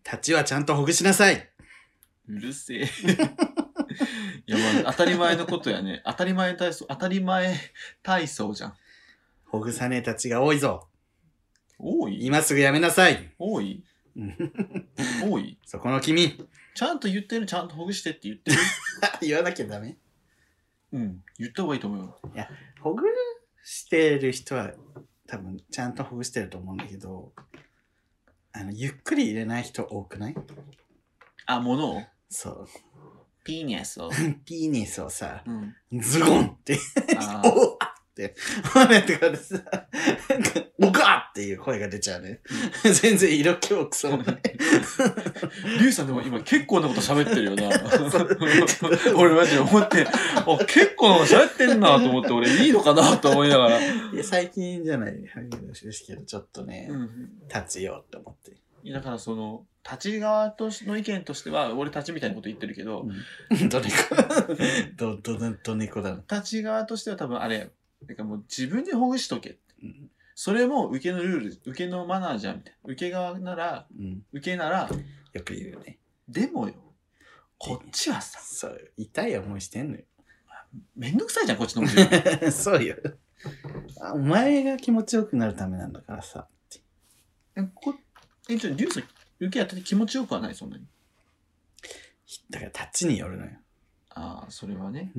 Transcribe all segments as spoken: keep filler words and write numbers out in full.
立ちはちゃんとほぐしなさい。 うるせえ。いや、まあ、当たり前のことやね。当たり前体操、当たり前体操じゃん。 ほぐさねえ立ちが多いぞ。 多い今すぐやめなさい。 多い多いそこの君。 ちゃんと言ってる、ちゃんとほぐしてって言ってる。 言わなきゃダメ。 うん。言った方がいいと思うよ。 いや、ほぐしてる人は多分ちゃんとほぐしてると思うんだけど、あの、ゆっくり入れない人多くない？ あ、物をそう。 ピーニャスを。 ピーニスをさ、 うん。 ズゴンってあおっって、なんてかさ、おかっていう声が出ちゃうね。全然色気もクソもない。 リュウさんでも今結構なこと喋ってるよな。俺マジで思って、あ、結構なこと喋ってんなと思って、俺いいのかなと思いながら。 いや最近じゃないですけど、ちょっとね、 うん、 立ちようって思って。 いやだからその、立ち側としの意見としては、俺立ちみたいなこと言ってるけど、 うん、ど猫ど、ど、ど、ど猫だな。 立ち側としては多分あれ、てかもう自分でほぐしとけ。 うん、 それも受けのルール、受けのマナーじゃんみたいな。受け側なら、 うん、 受けなら、 よく言うよね。 でもよ、こっちはさ、 そう、痛い思いしてんのよ。 めんどくさいじゃん、こっちのもそうよ。あ。お前が気持ちよくなるためなんだからさ。 え、こえ、ちょ、リュウさん、受けやってて気持ちよくはない、そんなに。 だからタッチによるのよ。 ああ、それはね。 うん、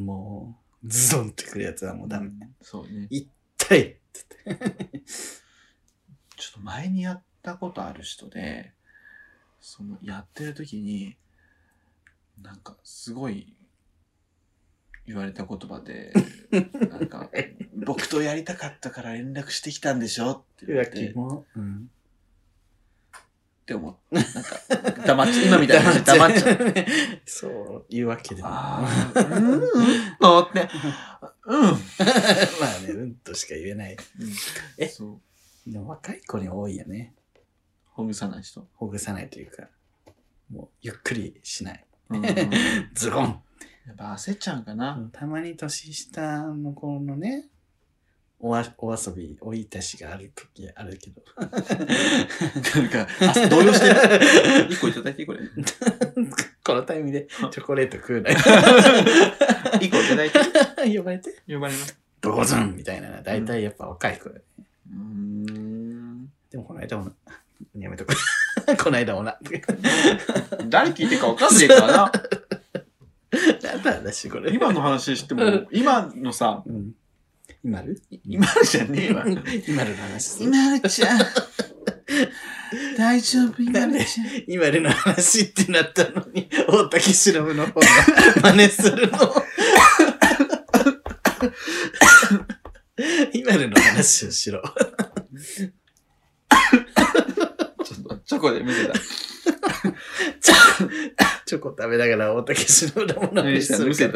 もう、ズドンってくるやつはもうダメ。うん、 そうね。 痛いって言って。 ちょっと前にやったことある人で、その、やってる時に、なんか、すごい、言われた言葉で、なんか、僕とやりたかったから連絡してきたんでしょって言われて、 もうん、 って思う。なんか、黙っちゃう。今みたいな感じで黙っちゃう。 そういうわけでも。 ああ、うん、うん、とって、うん。まあね、うんとしか言えない。 うん、 え、 そう。 でも若い子に多いよね。 ほぐさない人。 ほぐさないというか、もうゆっくりしない。 うん、 ズゴン。 やっぱ焦っちゃうんかな。 たまに年下の子のね、おわお遊び、おいたしがあるときあるけど。 なんか、あ、動揺してる。一個いただいていいこれ。 このタイミングでチョコレート食うなよ。 一個いただいて。 呼ばれて呼ばれます。 ドコズンみたいな。だいたいやっぱ若い子だね。 うーん。 でもこの間も、やめとく。この間もな。 誰聞いてるか分かんねえからな。 なんだ話これ。 今の話しても、今のさ、 うん、今る今るじゃねえわ。 今るの話。 今るちゃん。大丈夫、今るちゃん。 今るの話ってなったのに、大竹しのぶの方が真似するの。今るの話をしろ。 ちょっと、チョコで見てた。 チョコ食べながら大竹しのぶのものにするから。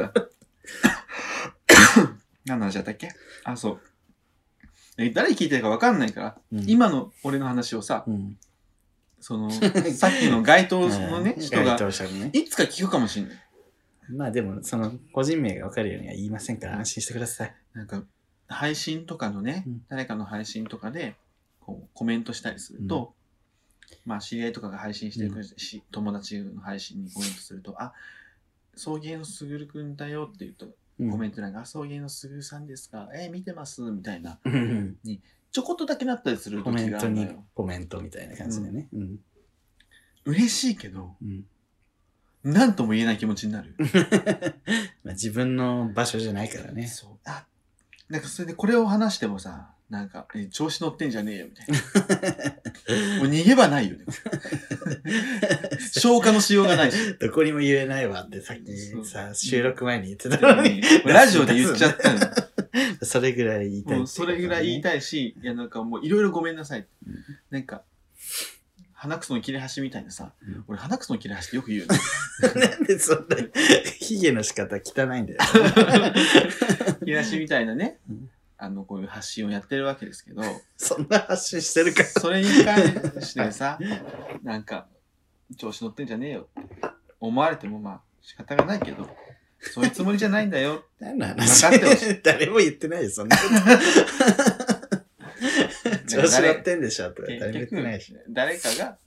何の話だったっけ？あ、そう。え、誰聞いてるか分かんないから、うん、今の俺の話をさ、うん、その、さっきの該当のね、人が、ね、いつか聞くかもしれない。 まあでも、その、個人名が分かるようには言いませんから安心してください。 なんか、配信とかのね、うん、誰かの配信とかで、こう、コメントしたりすると、うん、まあ、知り合いとかが配信してるし、うん、友達の配信にコメントすると、あ、送迎のすぐるくんだよって言うと、コメント欄が、あ、送迎のすぐるさんですか、えー、見てますみたいな、に、ちょこっとだけなったりする時があるのよ。 コメントにコメントみたいな感じでね。うん、 嬉しいけど、うん、なんとも言えない気持ちになる。 まあ自分の場所じゃないからね。 そう。あ、なんかそれでこれを話してもさ、なんか、え調子乗ってんじゃねえよ、みたいな。もう逃げ場ないよね。消化のしようがないし。 どこにも言えないわってさっきさ、収録前に言ってたのに。 ラジオで言っちゃったの。 それぐらい言いたい、ね。 もうそれぐらい言いたいし、いやなんかもういろいろごめんなさい。うん、なんか、鼻くその切れ端みたいなさ、うん、俺鼻くその切れ端ってよく言うよ、 ね。なんでそんな、ヒゲの仕方汚いんだよ。 切れ端みたいなね。うん、あの、こういう発信をやってるわけですけど。 そんな発信してるかそれに関してさ、なんか、調子乗ってんじゃねえよって思われてもまあ仕方がないけど、そういうつもりじゃないんだよ。 何の話？分かってほしい。誰も言ってないよ、そんなこと。調子乗ってんでしょとか誰も言ってないし。 誰かが、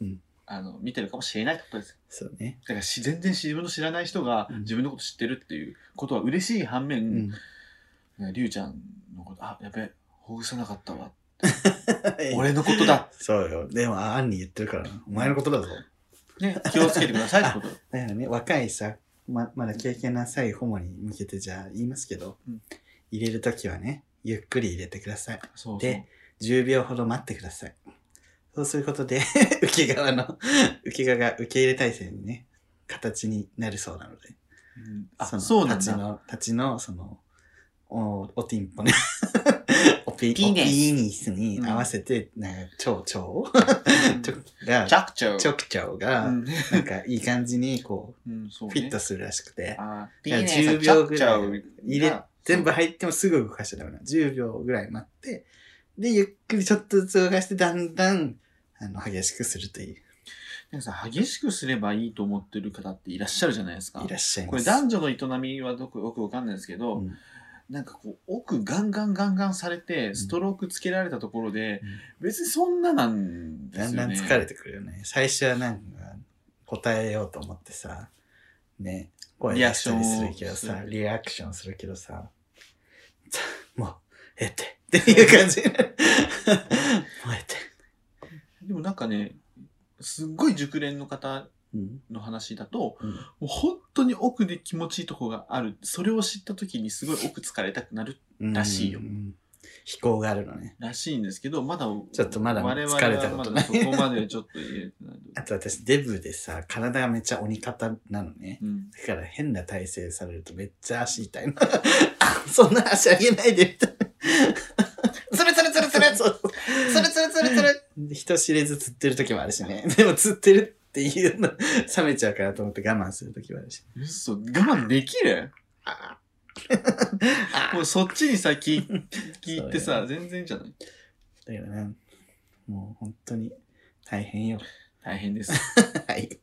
あの見てるかもしれないってことですよ。 そうね。 だからし全然自分の知らない人が自分のこと知ってるっていうことは嬉しい反面、 うん。 りゅうちゃんのこと、あ、やべえ、ほぐさなかったわ。俺のことだ。 そうよ。でも、アンに言ってるからな。お前のことだぞ。 ね、気をつけてくださいってこと。 だからね、若いさ、ま、まだ経験なさいホモに向けてじゃあ言いますけど、 うん、 入れるときはね、ゆっくり入れてください。 そうそうで、じゅうびょうほど待ってください。そうすることで、受け側の、受け側が受け入れ体制にね、形になるそうなので。 うん、あ、 そのそうなんだ。 立ちの、立ちの、その、お、おティンポね。おピ、 ピーネスおピーニスに合わせて、なんか、蝶々が、 チャクチョウ。 チョクチョウが、 うんなんか、いい感じに、こう、 うん、そうフねィットするらしくて、 あー、 だからピーネスじゅうびょうぐチャらいクチョウ入れが、 全部入ってもすぐ動かしちゃダメな。じゅうびょうぐらい待って、で、ゆっくりちょっとずつ動かして、だんだん、あの、激しくするという。 なんかさ、激しくすればいいと思ってる方っていらっしゃるじゃないですか。 いらっしゃいます。 これ男女の営みはどこよくわかんないですけど、 うんなんかこう、奥ガンガンガンガンされて、ストロークつけられたところで、 うん別にそんななんですよね。 だんだん疲れてくるよね。最初はなんか、答えようと思ってさ、ね、声出したりするけどさ、リアクションするけどさ、もう、ええって、っていう感じ。もうええって。 でもなんかね、すっごい熟練の方うんの話だと、 うんもう本当に奥で気持ちいいとこがある。それを知った時にすごい奥疲れたくなるらしいようんうん飛行があるのね。 らしいんですけど、まだ、 ちょっとまだ我々 疲れたことないはまだそこまでちょっと入れてない。 あと私、デブでさ、体がめっちゃ鬼肩なのね。 うん。 だから変な体勢されるとめっちゃ足痛いの。あ、そんな足上げないで、みたいな。 つるつるつるつるそうつるつるつるつるで人知れず釣ってる時もあるしね。でも釣ってるっていうの、冷めちゃうからと思って我慢する時もあるし。 嘘、我慢できるあもうそっちにさ、聞聞いてさ、 そうよ全然じゃない。 だからね、もう本当に大変よ。 大変です。 はい。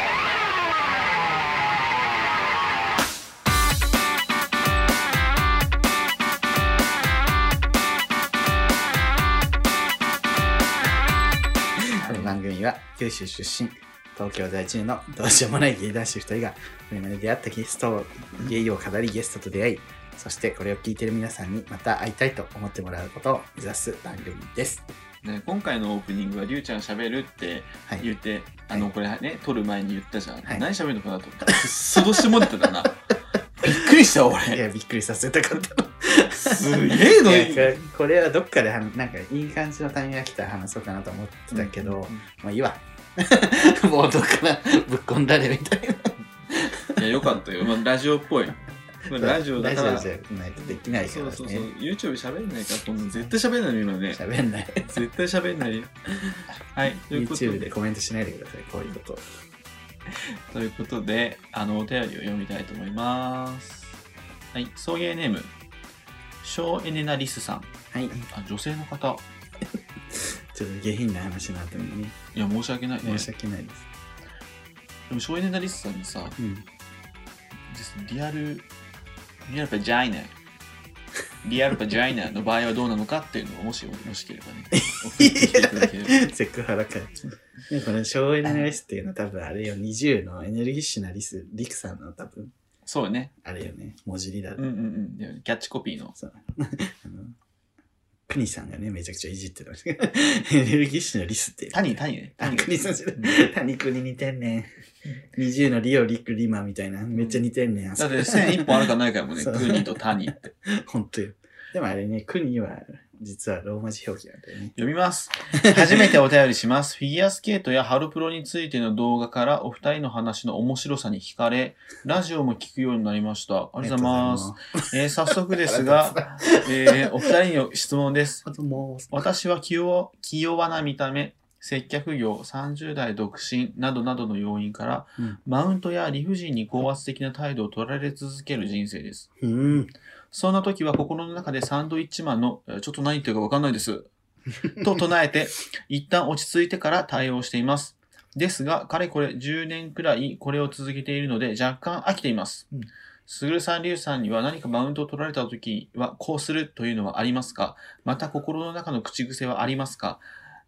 この番組は九州出身、東京在住のどうしようもない芸男子ふたりがこれまで出会ったゲストを、芸を語りゲストと出会い、そしてこれを聞いている皆さんにまた会いたいと思ってもらうことを目指す番組です。 ね、今回のオープニングはりゅうちゃん喋るってはい。 言って、あの、これね、撮る前に言ったじゃん。 はい何喋るのかなと思ったら、くっそどしも出てたな。びっくりした、 い俺。 や、びっくりさせたかったの。 すげえのいやこれこれはどっかではなんかいい感じのタイミングが来たら話そうかなと思ってたけど、 うんうんまあいいわ。冒頭からぶっ込んだれみたいな。 いや、よかったよ。まあ、ラジオっぽい。まあラジオだから。 ラジオじゃないとできないからね。 そうそうそう。YouTube 喋んないから、こんな絶対喋んないよ、今ね。 喋んない。 絶対喋んないよ。はい。ということ YouTube でで、 コメントしないでください、こういうこと。 ということで、あの、お便りを読みたいと思います。はい。送迎ネーム、ショーエネナリスさん。 はい。 あ、女性の方。 ちょっと下品な話の後にね、 いや、申し訳ないね。 申し訳ないです。 でも、省エネナリストさんにさ、 うん。 ですリアル、リアルパジャイナ、リアルパジャイナの場合はどうなのかっていうのをもしよろしければね、送ってきていただければ。 セクハラか。でもこの省エネのリスっていうのは多分あれよ、にじゅうのエネルギッシュなリス、リクさんの多分、 そうね。 あれよね、文字りだうんうんうんで。キャッチコピーの。 そう。あの、クニさんがね、めちゃくちゃいじってましたけど、エネルギッシュのリスって。 谷、谷ね。 あ、 谷クニさんじゃうんない。谷クに似てんねん。にじゅうのリオ、リク、リマみたいな。めっちゃ似てんねん。あそこだって線一本あるかないかもね、 そうクニと谷って。 ほんとよ。でもあれね、クニは、実はローマ字表記なんだよね。 読みます。初めてお便りします。フィギュアスケートやハロプロについての動画からお二人の話の面白さに惹かれ、ラジオも聞くようになりました。ありがとうございます。えー早速ですが、えーお二人の質問です。 あともう、 私は気弱気弱な見た目、接客業、さんじゅう代独身などなどの要因から、 うんマウントや理不尽に高圧的な態度を取られ続ける人生です。 うん。 そんな時は心の中でサンドイッチマンの、えーちょっと何言ってるかわかんないです。と唱えて、一旦落ち着いてから対応しています。ですが、かれこれじゅうねんくらいこれを続けているので若干飽きています。 うんすぐるさん、りゅうさんには何かマウントを取られた時はこうするというのはありますか？また心の中の口癖はありますか？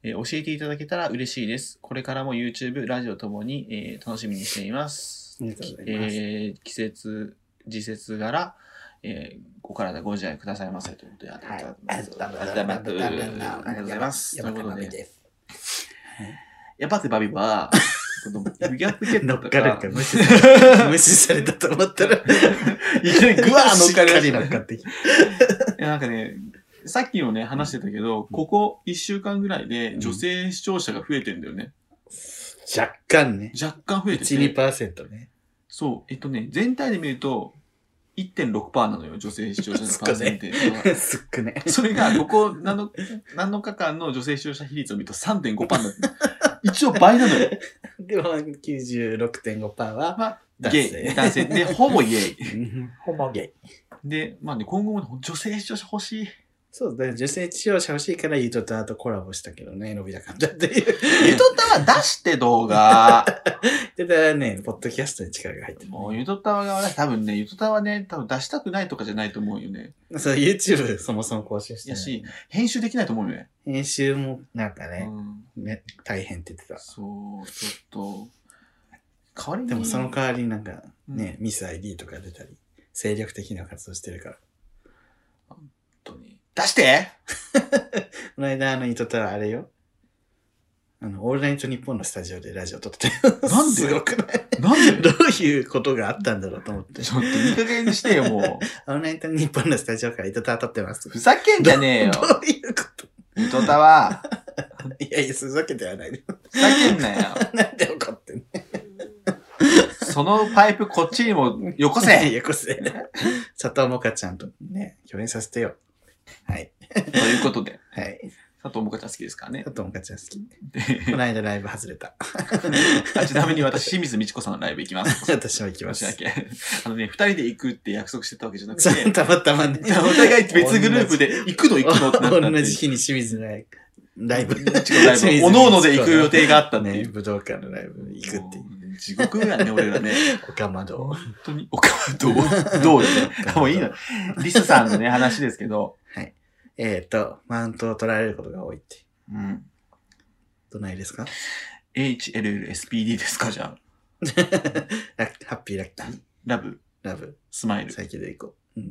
えー、教えていただけたら嬉しいです。これからも YouTube、ラジオともに、えー、楽しみにしています。 ありがとうございます。 えー、季節、時節柄、えー、ご体ご自愛くださいませということで、ありがとうございます。ありがとうございます。ということで、やっぱってバビは、 乗っかるか無視され無視されたと思ったら、いきなりグワー乗っかる。 しっかり乗っかってきた。 いや、なんかね、さっきもね、話してたけど、ここいっしゅうかんぐらいで女性視聴者が増えてんだよね。 若干ね。 若干増えてて。 いち、にパーセント ね。 そう。えっとね、全体で見ると、いってんろくパーセント なのよ、女性視聴者のパーセンテージは。 すっくね。 それが、ここ何のか間の女性視聴者比率を見ると さんてんごパーセント になってる。一応倍なのよ。 でも きゅうじゅうろくてんごパーセント は、 ゲイ。男性。で、ほぼゲイ。 ほぼゲイ。 で、まあね、今後も女性視聴者欲しい。 そうだね。女性視聴者欲しいから、ゆとたとコラボしたけどね、伸びたかったっていう。 ゆとたは出して動画。 ゆとたはね、ポッドキャストに力が入ってる、ね。 もうゆとたはね、多分ね、ゆとたはね、多分出したくないとかじゃないと思うよね。 そう、YouTube そもそも更新してない。やし、編集できないと思うよね。 編集もなんかね、 うん、 ね、大変って言ってた。 そう、ちょっと、代わりに。 でもその代わりになんかね、うん、ミス アイディー とか出たり、精力的な活動してるから。 本当に。出してこの間、あの、伊藤たあれよ。あの、オールナイトニッポンのスタジオでラジオ撮ってた。 なんで？ すごくない？ なんで？ どういうことがあったんだろうと思って。 ちょっといい加減にしてよ、もう。 オールナイトニッポンのスタジオから伊藤た撮ってます。 ふざけんじゃねえよ。 どういうこと？ 伊藤たは。 いやいや、ふざけてはない。 ふざけんなよ。 なんで怒ってんの？ そのパイプこっちにもよこせ。 よこせ。佐藤もかちゃんとね、共演させてよ。はい。 ということで。 はい。 佐藤もかちゃん好きですからね。 佐藤もかちゃん好き。この間ライブ外れた。 あ、ちなみに私、清水美智子さんのライブ行きます。 私も行きます。 あのね、二人で行くって約束してたわけじゃなくて。 たまたまね。 お互い別グループで行くの行くのってなった。 同じ日に清水のライブ。ライブ。 おのおので行く予定があったっていう。 武道館のライブ行くっていう。 地獄やね、俺らね。 おかまど。 本当に。おかまど。どうよね。もういいの。リスさんのね、話ですけど。 はい。えっと、マウントを取られることが多いって。 うん。 どないですか？ エイチエルエルエスピーディー ですか、じゃあ。 ハッピーラッキー。 ラブ。 ラブ。 スマイル。 最近でいこう。うん。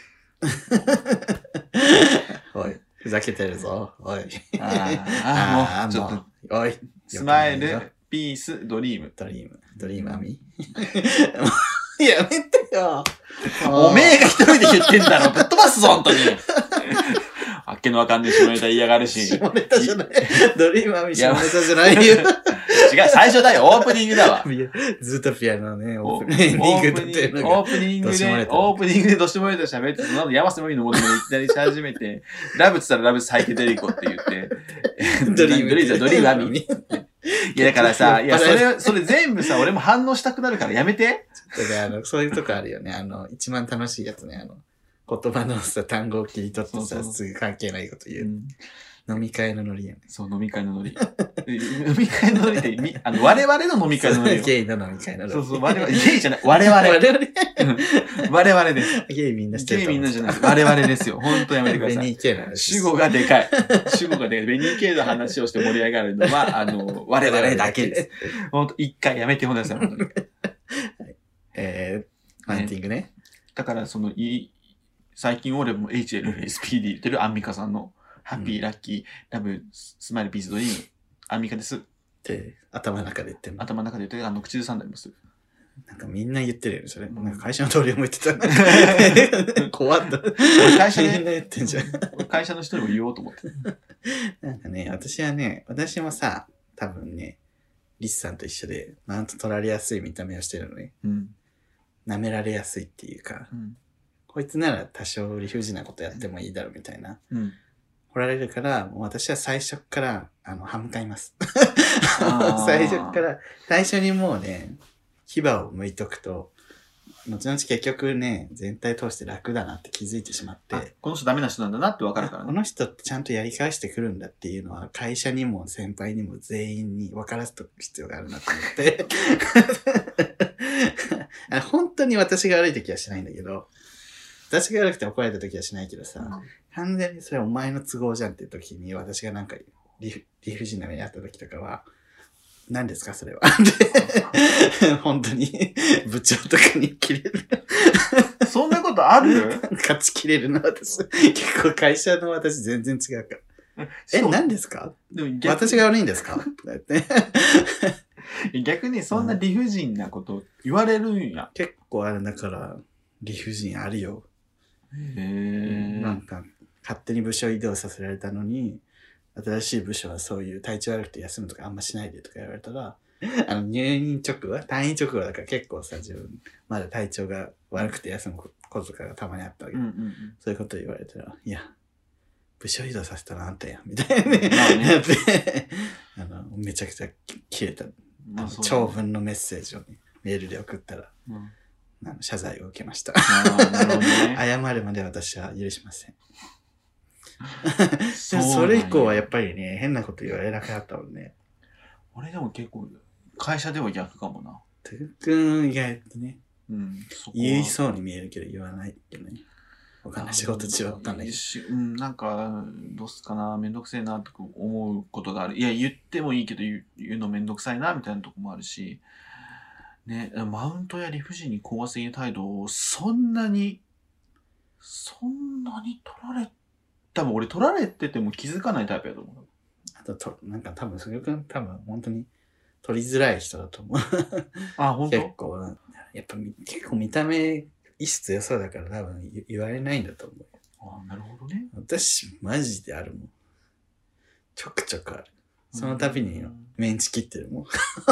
おい。ふざけてるぞ。おい。 ああ、もう、ちょっと。おい。 スマイル、ピース、ドリーム。 ドリーム。ドリームアミやめてよ。 おめえが一人で言ってんだろ。ぶっ飛ばすぞ、ほんとに。あっけのわかんねえ下ネタ嫌がるし。 下ネタじゃない。ドリームアミ下ネタじゃないよ。 違う、最初だよ。オープニングだわ。 ずっとピアノね、オープニングだってオープニングで、オープニングでどしもれと喋って、その後、山瀬まみのものまでいきなりし始めて、ラブって言ったらラブサイケデリコって言って、 ドリーム。 ドリーム、ドリームアミ。いや、だからさ、いや、それ、それ全部さ、俺も反応したくなるからやめて。 だから、あの、そういうとこあるよね。あの、一番楽しいやつね。あの、言葉のさ、単語を切り取ってさ、すぐ関係ないこと言う。飲み会のノリやね。 そう、飲み会のノリ。飲み会のノリって、みあの、我々の飲み会のノリ。 ゲイの飲み会のノリ。 そうそう、我々、ゲイじゃない、我々。我々我々です。 ゲイみんなしてる。 ゲイみんなじゃない。我々ですよ。ほんとやめてください。 ベニー系の話。 主語がでかい。主語がでかい。ベニー系の話をして盛り上がるのは、あの、我々だけです。ほんと、一回やめてください。本当に。 えー、ハンティングね。 だから、その、い、最近俺も エイチエルエスピーディー 言ってるアンミカさんの、ハッピー、ラッキー、ラブ、スマイル、ピース、ドリーム、アンミカです。って、 頭の中で言ってる。 頭の中で言ってる、あの、口ずさんだりもする。 なんかみんな言ってるよね、それ。なんか会社の同僚も言ってた。怖っと。 会社で、 みんな言ってんじゃん。 会社の人にも言おうと思って。 なんかね、私はね、私もさ、多分ね、リスさんと一緒で、マウント取られやすい見た目をしてるのね。 うん。 舐められやすいっていうか、うん、こいつなら多少理不尽なことやってもいいだろうみたいな。うん。来られるから、もう私は最初から、あの、歯向かいます。最初から、最初にもうね、牙を剥いとくと、後々結局ね、全体通して楽だなって気づいてしまって。 この人ダメな人なんだなってわかるからね。 この人ってちゃんとやり返してくるんだっていうのは、会社にも先輩にも全員に分からせておく必要があるなと思って。本当に私が悪い時はしないんだけど、私が悪くて怒られた時はしないけどさ、うん、完全にそれはお前の都合じゃんっていう時に私がなんか理不理不尽な目にあった時とかは、何ですかそれは。本当に部長とかに切れる。 そんなことある？ 勝ち切れるの私。結構会社の私全然違うから。え、何ですか？でも私が悪いんですか？ 逆にそんな理不尽なこと言われるんや。 結構あれだから理不尽あるよ。へー。なんか勝手に部署移動させられたのに、新しい部署はそういう体調悪くて休むとかあんましないでとか言われたら、あの入院直後は退院直後だから結構さ、自分まだ体調が悪くて休むこととかがたまにあったわけど、うんうんうん、そういうこと言われたら、いや部署移動させたらあんたやみたいなね、まあねあのめちゃくちゃ切れた、まあね、長文のメッセージを、ね、メールで送ったら、うん、あの謝罪を受けました。あ、なるほどね、謝るまで私は許しません。そ, それ以降はやっぱりね、変なこと言われなくなったもんね。 俺でも結構、会社では逆かもな。 トゥくん意外とね、うん、言いそうに見えるけど言わないけどね。わかんない。仕事中はわかんないし。うん、なんか、どうすかな、めんどくせえなとか思うことがある。いや、言ってもいいけど言う、言うのめんどくさいな、みたいなとこもあるし、ね、マウントや理不尽に高圧的な態度をそんなに、そんなに取られ多分俺取られてても気づかないタイプやと思う。 あと、となんか多分、すぐくん多分本当に取りづらい人だと思う。 あ、本当？ 結構、やっぱ結構見た目意志強そうだから多分言われないんだと思う。 あ、なるほどね。 私、マジであるもん。ちょくちょくある。その度にメンチ切ってるもん。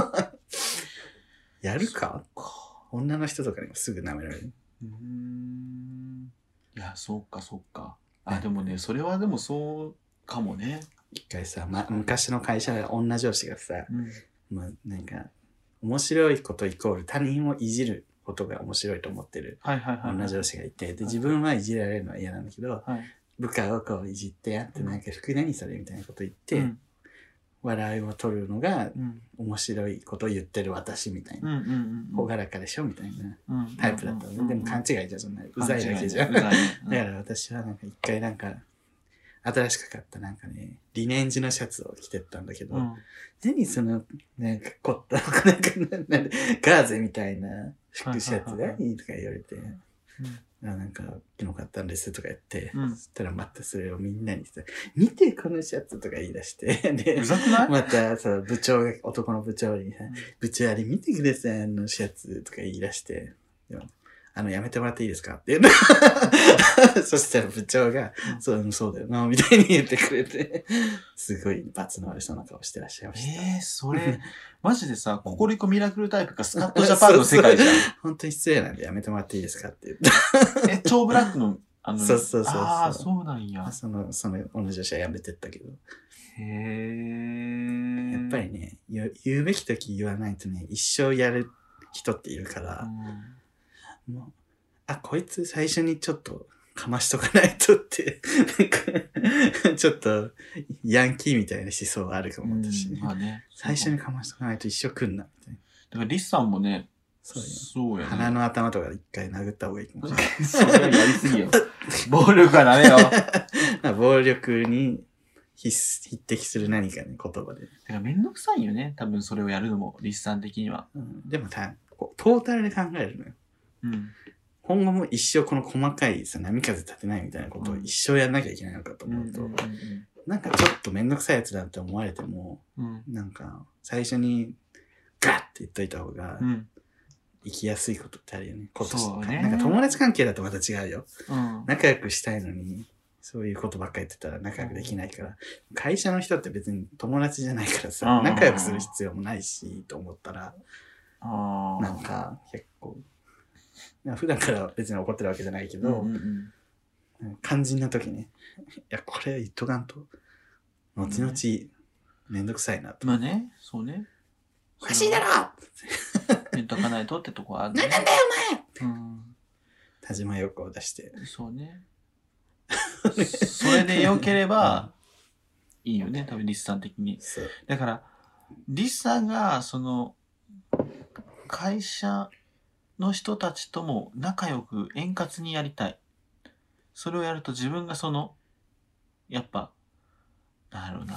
やるか？女の人とかにもすぐ舐められる。うーん。いや、そうか、そうか。あ、でもね、それはでもそうかもね。 一回さ、ま、昔の会社で女上司がさ、うん、まあ、なんか、面白いことイコール他人をいじることが面白いと思ってる女上司がいて、で、自分はいじられるのは嫌なんだけど、はい、部下をこういじってやって、なんか、服何それみたいなこと言って、うん、笑いを取るのが面白いことを言ってる私みたいな。ほがらかでしょみたいなタイプだったのね。でも勘違いじゃない。うざいだけじゃん。だから私はなんか一回なんか、新しく買ったなんかね、リネンジのシャツを着てったんだけど、うん、何その、なんか凝った、なんか、なんガーゼみたいな服シャツ何とか言われて、うん、あなんか、昨日買ったんですとか言って、うん、そしたらまたそれをみんなにさ、見てこのシャツとか言い出して、で、 うざくない？ またその部長が、男の部長にさ、うん、部長あれ見てください、あのシャツとか言い出して、でもあの、やめてもらっていいですかって言うの。そしたら部長が、うん、そう、そうだよな、みたいに言ってくれて、すごい罰の悪そうな顔してらっしゃいました。 ええー、それ、マジでさ、ココリコミラクルタイプかスカットジャパンの世界じゃん。そうそう本当に失礼なんでやめてもらっていいですかって言って。 え、超ブラックの、あの、 そうそうそうそう。 ああ、そうなんや。 その、その、同じ女子はやめてったけど。 へえ。 やっぱりね、言うべきとき言わないとね、一生やる人っているから、うん、もう、あ、こいつ最初にちょっとかましとかないとって、なんか、ちょっとヤンキーみたいな思想があるかも私、ね、 まあね。 最初にかましとかないと一生来んな、みたいな。 だからリスさんもね、 そうよ。 そうやね。 鼻の頭とか一回殴った方がいいかもしれない。 それはやりすぎよ。暴力はダメよ。 暴力に匹敵する何かね、言葉で。だからめんどくさいよね。多分それをやるのも、リスさん的には。 うん、でもたこうトータルで考えるのよ。うん。今後も一生この細かいさ、波風立てないみたいなことを一生やんなきゃいけないのかと思うと、うんうんうんうん、なんかちょっとめんどくさいやつだって思われても、うん、なんか最初にガッって言っといた方が、うん生きやすいことってあるよね。 そうね。 なんか友達関係だとまた違うよ。うん、仲良くしたいのに、そういうことばっかり言ってたら仲良くできないから、うん、会社の人って別に友達じゃないからさ、うん、仲良くする必要もないし、と思ったら、うん、なんか結構、普段から別に怒ってるわけじゃないけど、うんうんうん、肝心な時ね、いや、これ言っとかんと、後々めんどくさいなと。 まあね、そうね。 おかしいだろ言っとかないとってとこある、 ね。何なんだよお前、うん、田島陽子を出して。 そうね。それで良ければ、いいよね、多分リスさん的に。だから、リスさんが、その、会社の人たちとも仲良く円滑にやりたい。それをやると自分がその、やっぱ、なんだろうな、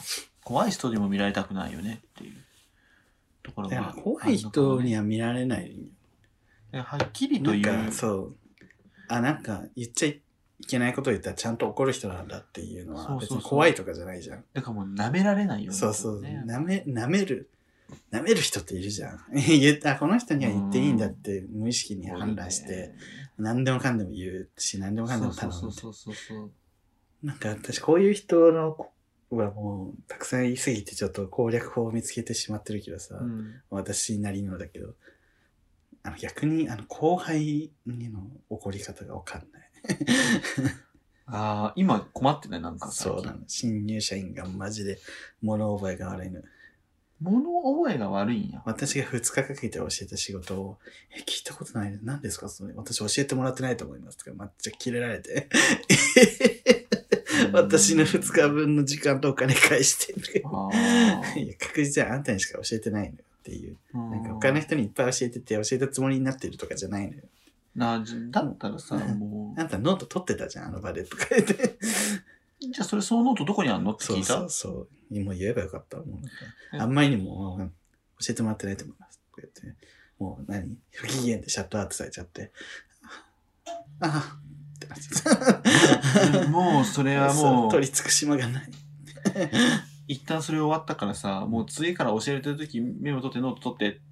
怖い人にも見られたくないよねっていうところが、 ね、怖い人には見られないよ。はっきりと言う。 なんかそうあなんか言っちゃいけないことを言ったらちゃんと怒る人なんだっていうのは別に怖いとかじゃないじゃん。 だからもう舐められないよね。 そうそう舐め舐める舐める人っているじゃん。言ったこの人には言っていいんだって無意識に判断して何でもかんでも言うし何でもかんでも頼む。そうそうそうそう。なんか私こういう人のはもうたくさん言い過ぎてちょっと攻略法を見つけてしまってるけどさ、うん、私なりのだけどあの逆にあの後輩にの怒り方がわかんない。 ああ今困ってないなんかそうなの新入社員がマジで物覚えが悪いの。 物覚えが悪いんや。 私がふつかかけて教えた仕事を、え、聞いたことない。何ですかそれ。私教えてもらってないと思います。とか、めっちゃキレられて。私のふつかぶんの時間とお金返してる。いや確実にあんたにしか教えてないのよっていう。なんか他の人にいっぱい教えてて、教えたつもりになってるとかじゃないのよ。 なだったらさ、もう。あんたノート取ってたじゃん、あの場でとか言って。 じゃあそれそのノートどこにあんのって聞いた？ そうそうそう。もう言えばよかった。もうなんかあんまりにも教えてもらってないと思います。こうやって、もう何不機嫌でシャットアウトされちゃって。ああってなっちゃった。 もうそれはもう。 取り尽くし間がない。 一旦それ終わったからさ、もう次から教えてるときメモ取ってノート取ってって、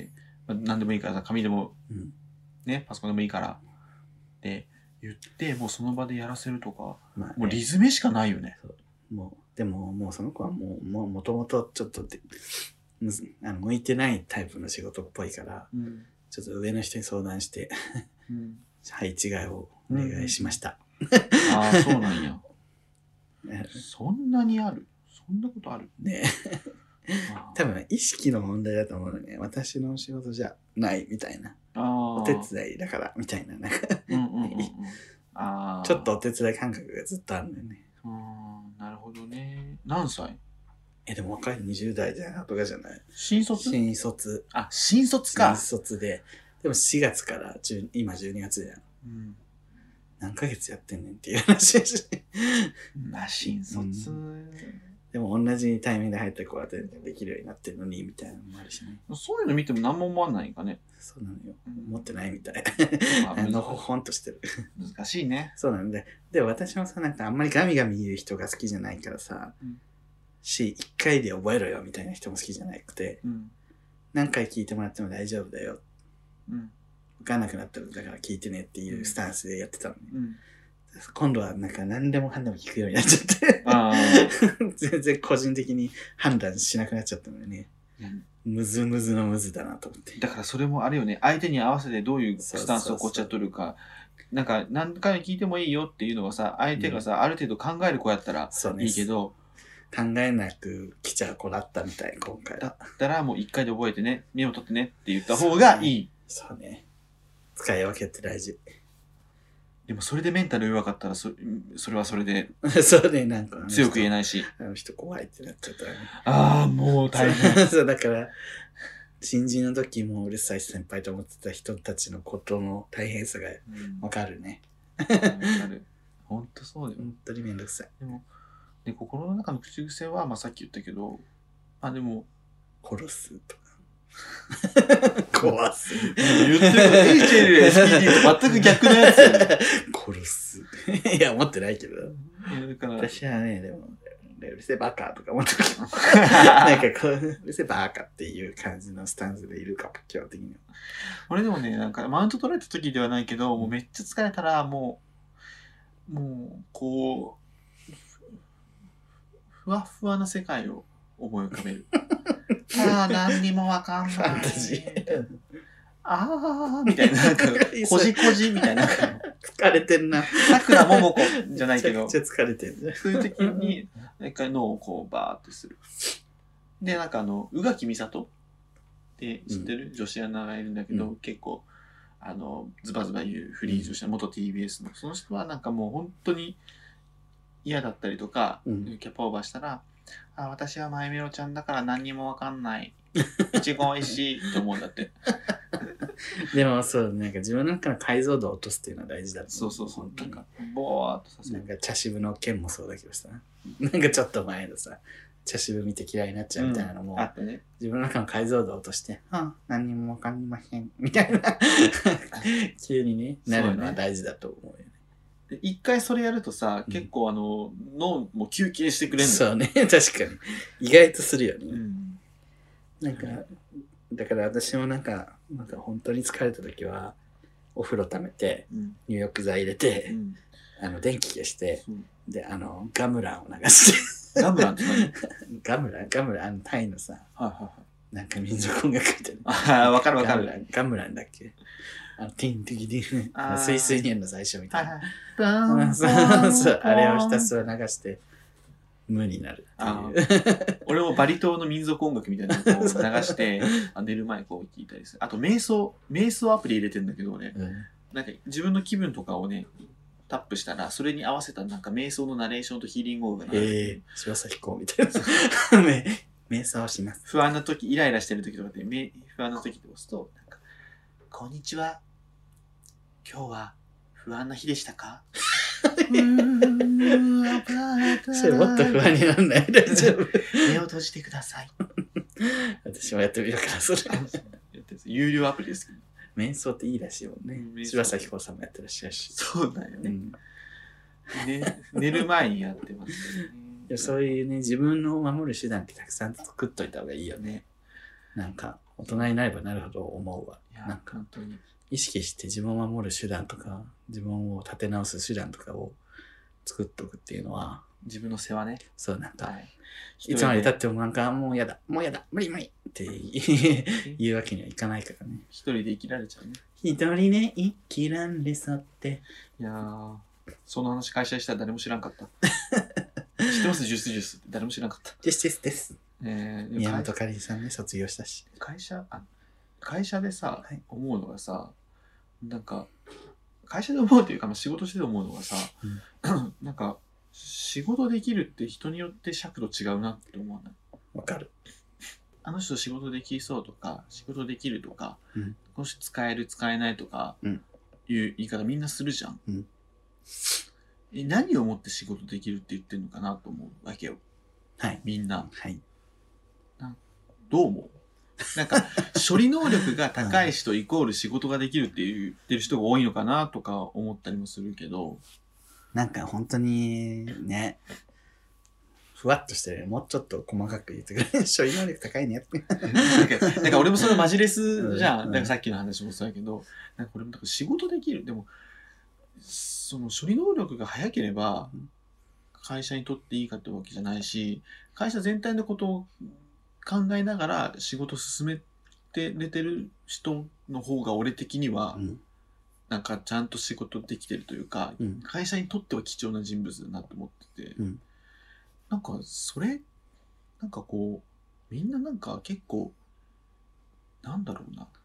まあ、何でもいいからさ、紙でも、うん、ね、パソコンでもいいからって言って、もうその場でやらせるとか、まあね、もうリズムしかないよね。 もうでももうその子はもうもともとちょっとであの向いてないタイプの仕事っぽいから、うん、ちょっと上の人に相談して、うん、配置換えをお願いしました。 うん、ああそうなんや。そんなにある？そんなことある？ ね多分意識の問題だと思うのね。私の仕事じゃないみたいな。お手伝いだからみたいな。なんかうんうんうん、うん、あちょっとお手伝い感覚がずっとあるんだよね。 うんなるほどね。何歳？ え、でも若いにじゅう代じゃんとかじゃない？ 新卒？ 新卒。 あ、新卒か。 新卒で。でもしがつから今じゅうにがつじゃん。うん何ヶ月やってんねんっていう話だし。 まあ、新卒、うん。 でも同じタイミングで入った子は全然できるようになってるのに、みたいなのもあるしね。 そういうの見ても何も思わないかね。 そうなのよ。思ってないみたい。あのほほんとしてる。 難しいね。 そうなんで。で、私もさ、なんかあんまりガミガミ言う人が好きじゃないからさ、うん、し、一回で覚えろよみたいな人も好きじゃなくて、うん、何回聞いてもらっても大丈夫だよ。うん分かんなくなったらだから聞いてねっていうスタンスでやってたのに、うん、今度はなんか何でもかんでも聞くようになっちゃってあ全然個人的に判断しなくなっちゃったのよね、うん、むずむずのむずだなと思って。 だからそれもあれよね、相手に合わせてどういうスタンスをこっちは取るか。そうそうそうなんか何回聞いてもいいよっていうのはさ、相手がさ、うん、ある程度考える子やったらいいけど、 考えなく来ちゃう子だったみたい今回だったらもう一回で覚えてね、メモ取ってねって言った方がいい。 そうね。使い分けって大事。 でもそれでメンタル弱かったら そ, それはそれでそうね、なんか強く言えないし、 あの人怖いってなっちゃったらね。 ああもう大変。 そうだから新人の時もうるさい先輩と思ってた人たちのことの大変さがわかるね。 わ、うん、かる。本当そうだよ。 本当にめんどくさい。 でもで心の中の口癖はまあさっき言ったけど、あでも殺すとか。壊す。 言ってること エイチエルエスピーディー と全く逆のやつ。 殺す。いや、思ってないけど。私はね、でも、うるせえバカとか思ってるけど。なんかこう、うるせえバカっていう感じのスタンスでいるかも、基本的には。 俺でもね、なんかマウント取られた時ではないけど、もうめっちゃ疲れたら、もう、もう、こう、ふわふわな世界を思い浮かべる。ああ、何にもわかんない。 ファンタジー。 ああ、みたいな、なんか、こじこじみたいな。 疲れてんな。 さくらももこじゃないけど。 めっちゃ疲れてんね。 そういう時に、一回脳をこう、バーっとする。で、なんかあの、宇垣美里って知ってる、うん、女子アナがいるんだけど、うん、結構、あの、ズバズバ言うフリー女子、元 ティービーエス の。その人はなんかもう本当に嫌だったりとか、うん、キャパオーバーしたら、あ、私はマイメロちゃんだから何にもわかんない。いちごおいしいと思うんだって。 でもそう、なんか自分の中の解像度を落とすっていうのは大事だと思う。そうそうそう。なんか、ボーっとさせる。なんか茶渋の剣もそうだけどさ。なんかちょっと前のさ、 茶渋見て嫌いになっちゃうみたいなのも、 うん、あったね。 自分の中の解像度として、あ、何にもわかりませんみたいな急にねなるのは大事だと思うよね。 で一回それやるとさ、うん、結構あの脳も休憩してくれるの。 そうね、確かに意外とするよね。うん、なんかだから私もなんかなんか本当に疲れた時はお風呂ためて、うん、入浴剤入れて、うん、あの電気消して、であのガムランを流してガムランって何？ ガムランガムランあのタイのさ、 はいはいはい、 なんか民族音楽みたいな。 ああ、わかるわかる。 ガムランだっけ？あのティンティキティン、スイスイニャンの最初みたいな。はいはい、そうそう、あれをひたすら流して無になるっていう。 俺もバリ島の民族音楽みたいなのを流して寝る前こう聞いたりする。あと瞑想瞑想アプリ入れてるんだけど俺、うん、なんか自分の気分とかをねタップしたらそれに合わせたなんか瞑想のナレーションとヒーリング音楽が流れてる。 えー、柴咲コウみたいな。瞑想します。 不安な時、イライラしてる時とかで不安な時で押すとなんかこんにちは、今日は不安な日でしたか？ それもっと不安にならない？大丈夫？ 目を閉じてください。 私もやってみようかな、それ。 有料アプリですけど。 瞑想っていいらしいもんね。柴咲コウさんもやってらっしゃるし。 そうだよね。うんね、寝る前にやってますよね。 いや、そういうね、自分の守る手段ってたくさん作っといた方がいいよね。なんか、大人になればなるほど思うわ。なんか、本当に意識して自分を守る手段とか、自分を立て直す手段とかを作っとくっていうのは、 自分の世話ね。 そう、なんか、はい、いつまで経ってもなんか、もうやだ、もうやだ、無理無理って言うわけにはいかないからね。 一人で生きられちゃうね。 一人で生きられそうって。 いやー、その話会社したら誰も知らんかった。知ってます？ジュースジュースって誰も知らんかった。 ジュースジュースです。 えー、 宮本かりんさんね、卒業したし。 会社、あ、会社でさ、はい、思うのがさ、なんか、会社で思うというか、まあ、仕事してて思うのがさ、うん、なんか、仕事できるって人によって尺度違うなって思わない？ わかる。 あの人仕事できそうとか、仕事できるとか、 うん、 この人使える使えないとか、いう言い方みんなするじゃん。 うん、 え、何をもって仕事できるって言ってるのかなと思うわけよ。 はい。 みんな。 はい。 などう思う？なんか、処理能力が高い人イコール仕事ができるって言ってる人が多いのかなとか思ったりもするけど。 なんか本当にね、ふわっとしてる。もうちょっと細かく言ってくれ。処理能力高いねって。 なんか、なんか俺もそれマジレスじゃん。うん、なんかさっきの話もそうやけど、なんか俺もなんか仕事できる。でも、その処理能力が早ければ、会社にとっていいかってわけじゃないし、会社全体のことを考えながら仕事進めてれてる人の方が俺的には、うん、なんかちゃんと仕事できてるというか、うん、会社にとっては貴重な人物だなと思ってて、うん、なんかそれなんかこうみんななんか結構なんだろうな、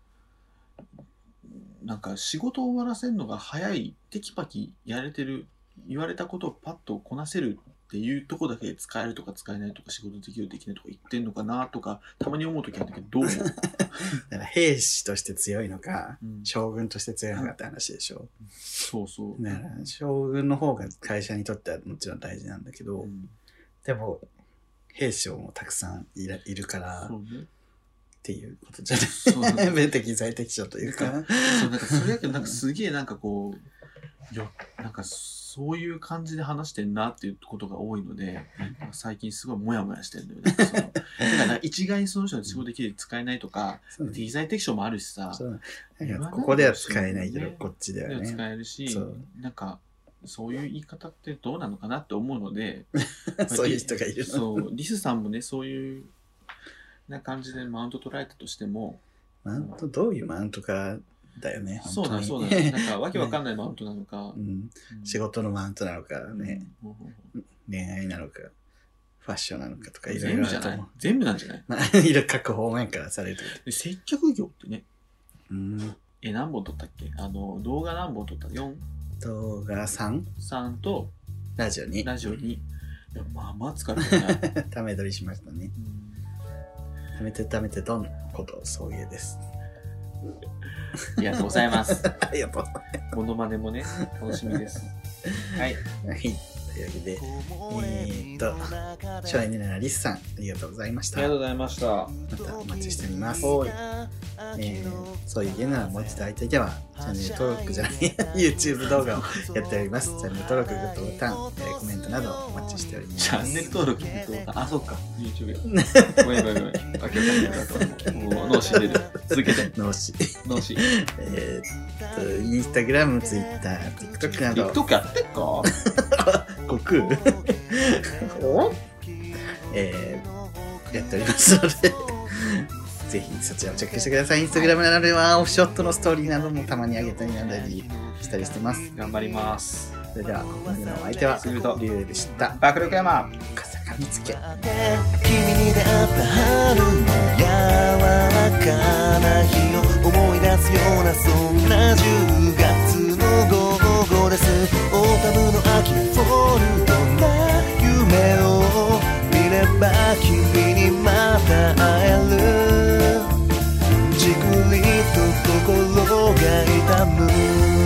なんか仕事を終わらせるのが早い、テキパキやれてる、言われたことをパッとこなせるっていうとこだけで使えるとか使えないとか仕事できるできないとか言ってんのかなとかたまに思うときあるんだけど、どう思う？ だから兵士として強いのか、うん、将軍として強いのかって話でしょ。うん、 そうそう。 だから将軍の方が会社にとってはもちろん大事なんだけど、うん、でも兵士もたくさんいる、いるから、そうね、っていうことじゃない。弁的在的書というか。 そう、なんかそれやけどなんかすげえなんかこうよなんかそういう感じで話してんなっていうことが多いので、最近すごいモヤモヤしてるんだよね。そのだから一概にその人の仕事できる使えないとか、適材適所もあるしさ。 ここでは使えないけど、ね、こっちではね。 使えるし、なんかそういう言い方ってどうなのかなって思うので、 そういう人がいる。 そう、リスさんもね、そういうな感じでマウント取られたとしても、 マウントどういうマウントかだよね。 そうだそうだ、ね、なんかわけわかんないマウントなのか、 ね、うんうん、仕事のマウントなのかね、うん、恋愛なのかファッションなのかとかいろいろあると思う。 全部なんじゃない？ まあいろ各方面からされる。 接客業ってね、 うん、 え何本撮ったっけ？あの動画何本撮った？よん動画 さん? さんとラジオにラジオに。いやまあまあ疲れてない。 ため撮りしましたね。うん、ためてためてどんこと送迎です。 ありがとうございます。 ありがとう。 モノマネもね楽しみです。はい。 はい。といというわけで、えー、っと少年になリスさんありがとうございました。 ありがとうございました。 またお待ちしております。 はい、 えー、そういうゲームならもう一度会いたいではチャンネル登録じゃない YouTube 動画をやっております。チャンネル登録、グッドボタン、えー、コメントなどお待ちしております。 チャンネル登録、グッドボタン、あ、そっか YouTube やごめんごめんごめん、あきらかんだと思う。もう脳死出る。続けて脳死脳死えーっとインスタグラム、ツイッター、TikTok など TikTok やってっか悟空おえー、やっておりますのでぜひそちらをチェックしてください。インスタグラムなどではオフショットのストーリーなどもたまに上げたりなんだりしたりしてます。 頑張ります。 それではここまでのお相手はするとリュウでした。 爆力山笠上つけ君に出会った春の柔らかな日を思い出すようなそんなじゅうがつの午後です。オータムの秋フォルトな夢を見れば君にまた会える。じくりと心が痛む